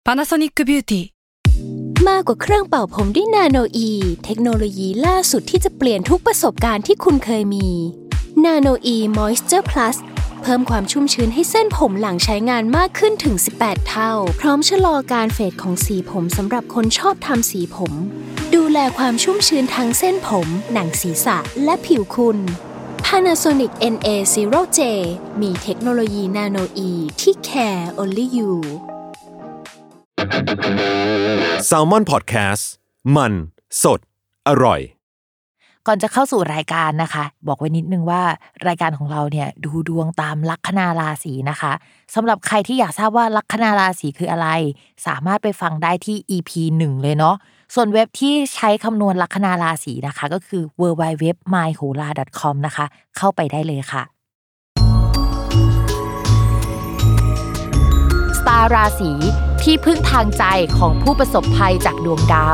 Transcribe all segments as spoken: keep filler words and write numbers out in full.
Panasonic Beauty มากกว่าเครื่องเป่าผมด้วยนาโนอีเทคโนโลยีล่าสุดที่จะเปลี่ยนทุกประสบการณ์ที่คุณเคยมีนาโนอีมอยส์เจอร์พลัสเพิ่มความชุ่มชื้นให้เส้นผมหลังใช้งานมากขึ้นถึงสิบแปดเท่าพร้อมชะลอการเฟดของสีผมสำหรับคนชอบทำสีผมดูแลความชุ่มชื้นทั้งเส้นผมหนังศีรษะและผิวคุณ Panasonic เอ็น เอ ศูนย์ เจ มีเทคโนโลยีนาโนอีที่ care only you Salmon Podcast มันสดอร่อยก่อนจะเข้าสู่รายการนะคะบอกไว้นิดนึงว่ารายการของเราเนี่ยดูดวงตามลัคนาราศีนะคะสำหรับใครที่อยากทราบว่าลัคนาราศีคืออะไรสามารถไปฟังได้ที่ อี พี หนึ่งเลยเนาะส่วนเว็บที่ใช้คำนวณลัคนาราศีนะคะก็คือ ดับเบิลยู ดับเบิลยู ดับเบิลยู ดอท มายโหรา ดอท คอม นะคะเข้าไปได้เลยค่ะสตาร์ราศีที่พึ่งทางใจของผู้ประสบภัยจากดวงดาว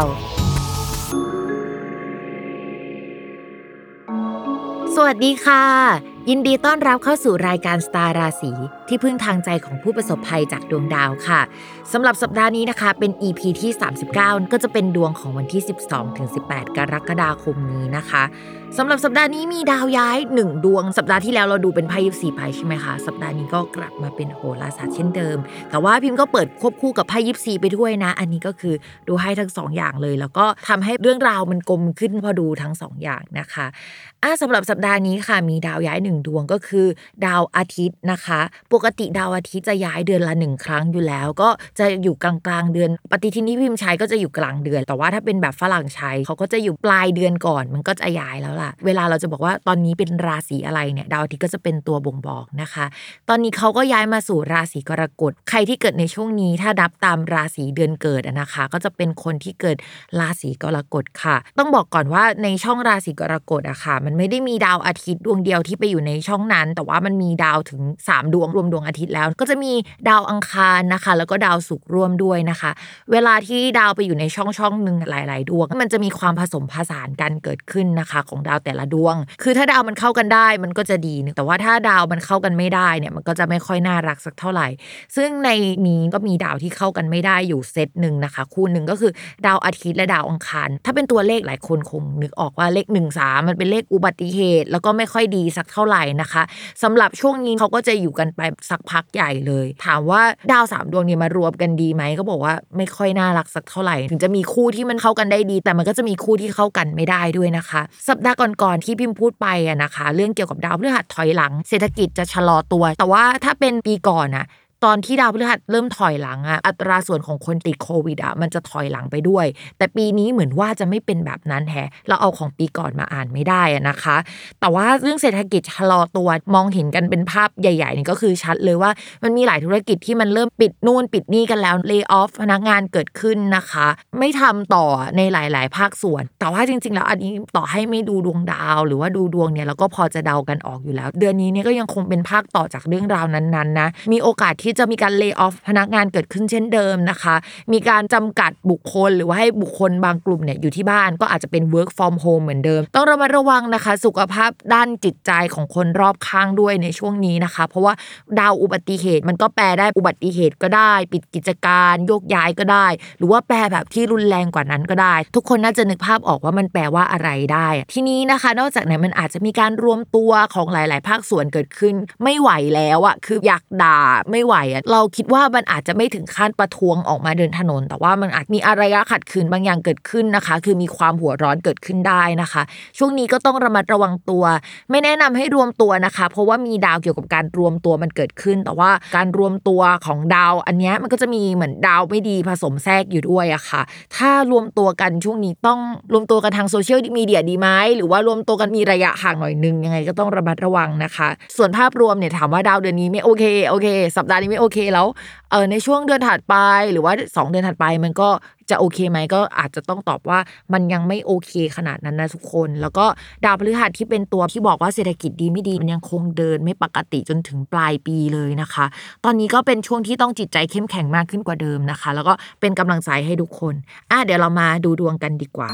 สวัสดีค่ะยินดีต้อนรับเข้าสู่รายการสตาร์ราศีที่พึ่งทางใจของผู้ประสบภัยจากดวงดาวค่ะสำหรับสัปดาห์นี้นะคะเป็น อี พี ที่สามสิบเก้าก็จะเป็นดวงของวันที่สิบสองถึงสิบแปดกรกฎาคมนี้นะคะสำหรับสัปดาห์นี้มีดาวย้ายหนึ่งดวงสัปดาห์ที่แล้วเราดูเป็นไพ่ยิปซีไพ่ใช่ไหมคะสัปดาห์นี้ก็กลับมาเป็นโหราศาสตร์เช่นเดิมแต่ว่าพิมพ์ก็เปิดควบคู่กับไพ่ยิปซีไปด้วยนะอันนี้ก็คือดูให้ทั้งสองอย่างเลยแล้วก็ทำให้เรื่องราวมันกลมขึ้นพอดูทั้งสองอย่างนะคะอ่ะสำหรับสัปดาห์นี้ค่ะมีดาวย้ายหนึ่งดวงก็คือดาวอาทิตย์นะคะปกติดาวอาทิตย์จะย้ายเดือนละหนึ่งครั้งอยู่แล้วก็จะอยู่กลางๆเดือนปฏิทินที่พิมพ์ใช้ก็จะอยู่กลางเดือนแต่ว่าถ้าเป็นแบบฝรั่งใช้เขาก็จะอยู่ปลายเดือนก่อนมันก็จะย้ายแล้วล่ะเวลาเราจะบอกว่าตอนนี้เป็นราศีอะไรเนี่ยดาวอาทิตย์ก็จะเป็นตัวบ่งบอกนะคะตอนนี้เขาก็ย้ายมาสู่ราศีกรกฎใครที่เกิดในช่วงนี้ถ้านับตามราศีเดือนเกิดนะคะก็จะเป็นคนที่เกิดราศีกรกฎค่ะต้องบอกก่อนว่าในช่องราศีกรกฎอะค่ะมันไม่ได้มีดาวอาทิตย์ดวงเดียวที่ไปอยู่ในช่องนั้นแต่ว่ามันมีดาวถึงสามดวงรวมดวงอาทิตย์แล้วก็จะมีดาวอังคารนะคะแล้วก็ดาวศุกร์ร่วมด้วยนะคะเวลาที่ดาวไปอยู่ในช่องช่องนึงหลายๆดวงมันจะมีความผสมผสานกันเกิดขึ้นนะคะของดาวแต่ละดวงคือถ้าดาวมันเข้ากันได้มันก็จะดีแต่ว่าถ้าดาวมันเข้ากันไม่ได้เนี่ยมันก็จะไม่ค่อยน่ารักสักเท่าไหร่ซึ่งในนี้ก็มีดาวที่เข้ากันไม่ได้อยู่เซตนึงนะคะคู่นึงก็คือดาวอาทิตย์และดาวอังคารถ้าเป็นตัวเลขหลายคนคงนึกออกว่าเลขหนึ่ง สามมันเป็นเลขอุบัติเหตุแล้วก็ไม่ค่อยดีสักเท่าไหร่นะคะสำหรับช่วงนี้เขาก็จะอยู่กันไปสักพักใหญ่เลยถามว่าดาวสามดวงนี้มารวมกันดีไหมก็บอกว่าไม่ค่อยน่ารักสักเท่าไหร่ถึงจะมีคู่ที่มันเข้ากันได้ดีแต่มันก็จะมีคู่ที่เข้ากันไม่ได้ด้วยนะคะสัปดาห์ก่อนๆที่พิมพ์พูดไปอะนะคะเรื่องเกี่ยวกับดาวพฤหัสถอยหลังเศรษฐกิจจะชะลอตัวแต่ว่าถ้าเป็นปีก่อนอะตอนที่ดาวพฤหัสเริ่มถอยหลังอะอัตราส่วนของคนติดโควิดอะมันจะถอยหลังไปด้วยแต่ปีนี้เหมือนว่าจะไม่เป็นแบบนั้นแฮะเราเอาของปีก่อนมาอ่านไม่ได้อะนะคะแต่ว่าเรื่องเศรษฐกิจชะลอตัวมองเห็นกันเป็นภาพใหญ่ๆนี่ก็คือชัดเลยว่ามันมีหลายธุรกิจที่มันเริ่มปิดนู่นปิดนี่กันแล้วเลย์ออฟพนักงานเกิดขึ้นนะคะไม่ทำต่อในหลายๆภาคส่วนแต่ว่าจริงๆแล้วอันนี้ต่อให้ไม่ดูดวงดาวหรือว่าดูดวงเนี่ยเราก็พอจะเดากันออกอยู่แล้วเดือนนี้เนี่ยก็ยังคงเป็นภาคต่อจากเรื่องราวนั้นๆนะมีโอกาสที่จะมีการ lay off พนักงานเกิดขึ้นเช่นเดิมนะคะมีการจำกัดบุคคลหรือว่าให้บุคคลบางกลุ่มเนี่ยอยู่ที่บ้านก็อาจจะเป็น work from home เหมือนเดิมต้องระมัดระวังนะคะสุขภาพด้านจิตใจของคนรอบข้างด้วยในช่วงนี้นะคะเพราะว่าดาวอุบัติเหตุมันก็แปลได้อุบัติเหตุก็ได้ปิดกิจการโยกย้ายก็ได้หรือว่าแปลแบบที่รุนแรงกว่านั้นก็ได้ทุกคนน่าจะนึกภาพออกว่ามันแปลว่าอะไรได้ทีนี้นะคะนอกจากนั้นมันอาจจะมีการรวมตัวของหลายๆภาคส่วนเกิดขึ้นไม่ไหวแล้วอ่ะคืออยากด่าไม่ไหวอ่ะเราคิดว่ามันอาจจะไม่ถึงขั้นประท้วงออกมาเดินถนนแต่ว่ามันอาจมีอารยะขัดขืนบางอย่างเกิดขึ้นนะคะคือมีความหัวร้อนเกิดขึ้นได้นะคะช่วงนี้ก็ต้องระมัดระวังตัวไม่แนะนำให้รวมตัวนะคะเพราะว่ามีดาวเกี่ยวกับการรวมตัวมันเกิดขึ้นแต่ว่าการรวมตัวของดาวอันนี้มันก็จะมีเหมือนดาวไม่ดีผสมแทรกอยู่ด้วยอะค่ะถ้ารวมตัวกันช่วงนี้ต้องรวมตัวกันทางโซเชียลมีเดียดีไหมหรือว่ารวมตัวกันมีระยะห่างหน่อยนึงยังไงก็ต้องระมัดระวังนะคะส่วนภาพรวมเนี่ยถามว่าดาวเดือนนี้ไม่โอเคโอเคสัปดาห์นี้ไม่โอเคแล้วเออในช่วงเดือนถัดไปหรือว่าสองเดือนถัดไปมันก็จะโอเคไหมก็อาจจะต้องตอบว่ามันยังไม่โอเคขนาดนั้นนะทุกคนแล้วก็ดาวพฤหัสที่เป็นตัวที่บอกว่าเศรษฐกิจดีไม่ดีมันยังคงเดินไม่ปกติจนถึงปลายปีเลยนะคะตอนนี้ก็เป็นช่วงที่ต้องจิตใจเข้มแข็งมากขึ้นกว่าเดิมนะคะแล้วก็เป็นกำลังใจให้ทุกคนอ่ะเดี๋ยวเรามาดูดวงกันดีกว่า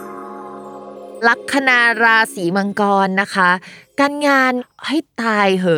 ลัคนาราศีมังกรนะคะการงานให้ตายเหอะ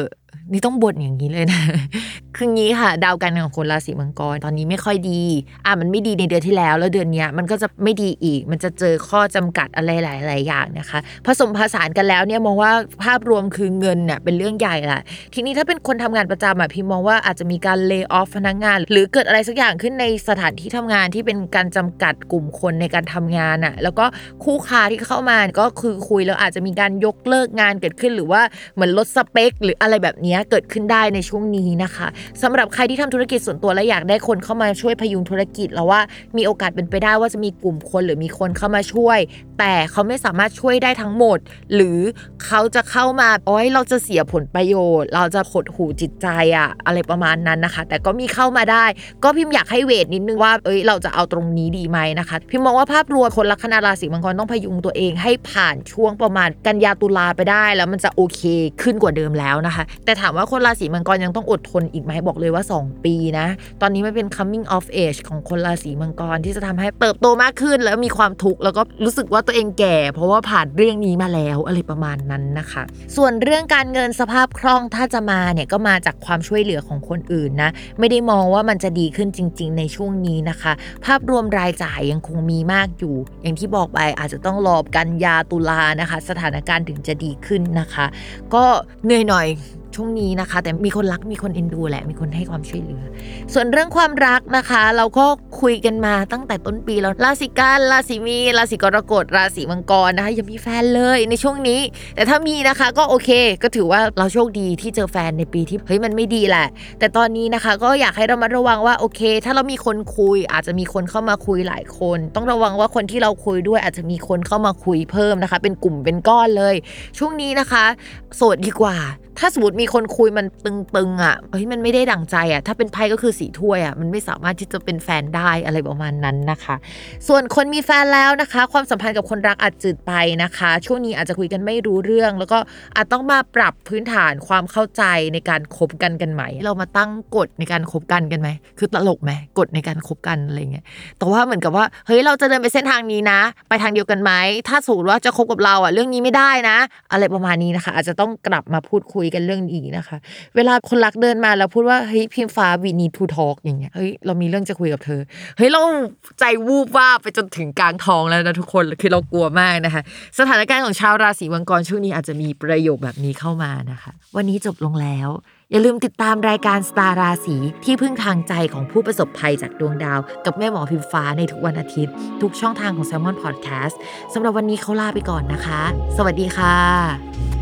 นี่ต้องบ่นอย่างนี้เลยนะ คืองี้ค่ะดาวการเงินของคนราศีมังกรตอนนี้ไม่ค่อยดีอ่ะมันไม่ดีในเดือนที่แล้วแล้วเดือนนี้มันก็จะไม่ดีอีกมันจะเจอข้อจำกัดอะไรหลายๆอย่างนะคะผสมผสานกันแล้วเนี่ยมองว่าภาพรวมคือเงินเนี่ยเป็นเรื่องใหญ่ละทีนี้ถ้าเป็นคนทำงานประจำอ่ะพี่มองว่าอาจจะมีการเลย์ออฟพนักงานหรือเกิดอะไรสักอย่างขึ้นในสถานที่ทำงานที่เป็นการจำกัดกลุ่มคนในการทำงานอ่ะแล้วก็คู่ค้าที่เข้ามาก็คือคุยแล้วอาจจะมีการยกเลิกงานเกิดขึ้นหรือว่าเหมือนลดสเปคหรืออะไรแบบนี้เกิดขึ้นได้ในช่วงนี้นะคะสำหรับใครที่ทำธุรกิจส่วนตัวและอยากได้คนเข้ามาช่วยพยุงธุรกิจแล้วว่ามีโอกาสเป็นไปได้ว่าจะมีกลุ่มคนหรือมีคนเข้ามาช่วยแต่เขาไม่สามารถช่วยได้ทั้งหมดหรือเขาจะเข้ามาโอ๊ยเราจะเสียผลประโยชน์เราจะหดหู่จิตใจอะอะไรประมาณนั้นนะคะแต่ก็มีเข้ามาได้ก็พิมพ์อยากให้เวทนิดนึงว่าเอ้ยเราจะเอาตรงนี้ดีไหมนะคะพิมพ์มองว่าภาพรวมคนลัคนาราศีมังกรต้องพยุงตัวเองให้ผ่านช่วงประมาณกันยาตุลาไปได้แล้วมันจะโอเคขึ้นกว่าเดิมแล้วนะคะแต่ถามว่าคนราศีมังกรยังต้องอดทนอีกไหมบอกเลยว่าสองปีนะตอนนี้มันเป็น coming of age ของคนราศีมังกรที่จะทำให้เติบโตมากขึ้นแล้วมีความทุกข์แล้วก็รู้สึกว่าตัวเองแก่เพราะว่าผ่านเรื่องนี้มาแล้วอะไรประมาณนั้นนะคะส่วนเรื่องการเงินสภาพคล่องถ้าจะมาเนี่ยก็มาจากความช่วยเหลือของคนอื่นนะไม่ได้มองว่ามันจะดีขึ้นจริงๆในช่วงนี้นะคะภาพรวมรายจ่ายยังคงมีมากอยู่อย่างที่บอกไปอาจจะต้องรอกันยาตุลานะคะสถานการณ์ถึงจะดีขึ้นนะคะก็เหนื่อยหน่อยช่วงนี้นะคะแต่มีคนรักมีคนเอ็นดูแหละมีคนให้ความช่วยเหลือส่วนเรื่องความรักนะคะเราก็คุยกันมาตั้งแต่ต้นปีแล้วราศีกันราศีมีนราศีกรกฎราศีมังกรนะคะยังมีแฟนเลยในช่วงนี้แต่ถ้ามีนะคะก็โอเคก็ถือว่าเราโชคดีที่เจอแฟนในปีที่เฮ้ยมันไม่ดีแหละแต่ตอนนี้นะคะก็อยากให้เรามาระวังว่าโอเคถ้าเรามีคนคุยอาจจะมีคนเข้ามาคุยหลายคนต้องระวังว่าคนที่เราคุยด้วยอาจจะมีคนเข้ามาคุยเพิ่มนะคะเป็นกลุ่มเป็นก้อนเลยช่วงนี้นะคะโสดดีกว่าถ้าสมมติมีคนคุยมันตึงๆอ่ะเฮ้ยมันไม่ได้ดั่งใจอ่ะถ้าเป็นไพ่ก็คือสีถ้วยอ่ะมันไม่สามารถที่จะเป็นแฟนได้อะไรประมาณนั้นนะคะส่วนคนมีแฟนแล้วนะคะความสัมพันธ์กับคนรักอาจจืดไปนะคะช่วงนี้อาจจะคุยกันไม่รู้เรื่องแล้วก็อาจต้องมาปรับพื้นฐานความเข้าใจในการคบกันกันใหม่เรามาตั้งกฎในการคบกันกันไหมคือตลกไหมกฎในการคบกันอะไรเงี้ยแต่ว่าเหมือนกับว่าเฮ้ยเราจะเดินไปเส้นทางนี้นะไปทางเดียวกันไหมถ้าสมมติว่าจะคบกับเราอ่ะเรื่องนี้ไม่ได้นะอะไรประมาณนี้นะคะอาจจะต้องกลับมาพูดคุยกันเรื่องนี้นะคะเวลาคนรักเดินมาแล้วพูดว่าเฮ้ยพิมฟ้า we need to talk อย่างเงี้ยเฮ้ยเรามีเรื่องจะคุยกับเธอเฮ้ยเราใจวูบว่าไปจนถึงกลางท้องแล้วนะทุกคนคือเรากลัวมากนะคะสถานการณ์ของชาวราศีมังกรช่วงนี้อาจจะมีประโยคแบบนี้เข้ามานะคะวันนี้จบลงแล้วอย่าลืมติดตามรายการสตาร์ราศีที่พึ่งทางใจของผู้ประสบภัยจากดวงดาวกับแม่หมอพิมฟ้าในทุกวันอาทิตย์ทุกช่องทางของ Salmon Podcast สำหรับวันนี้เขาลาไปก่อนนะคะสวัสดีค่ะ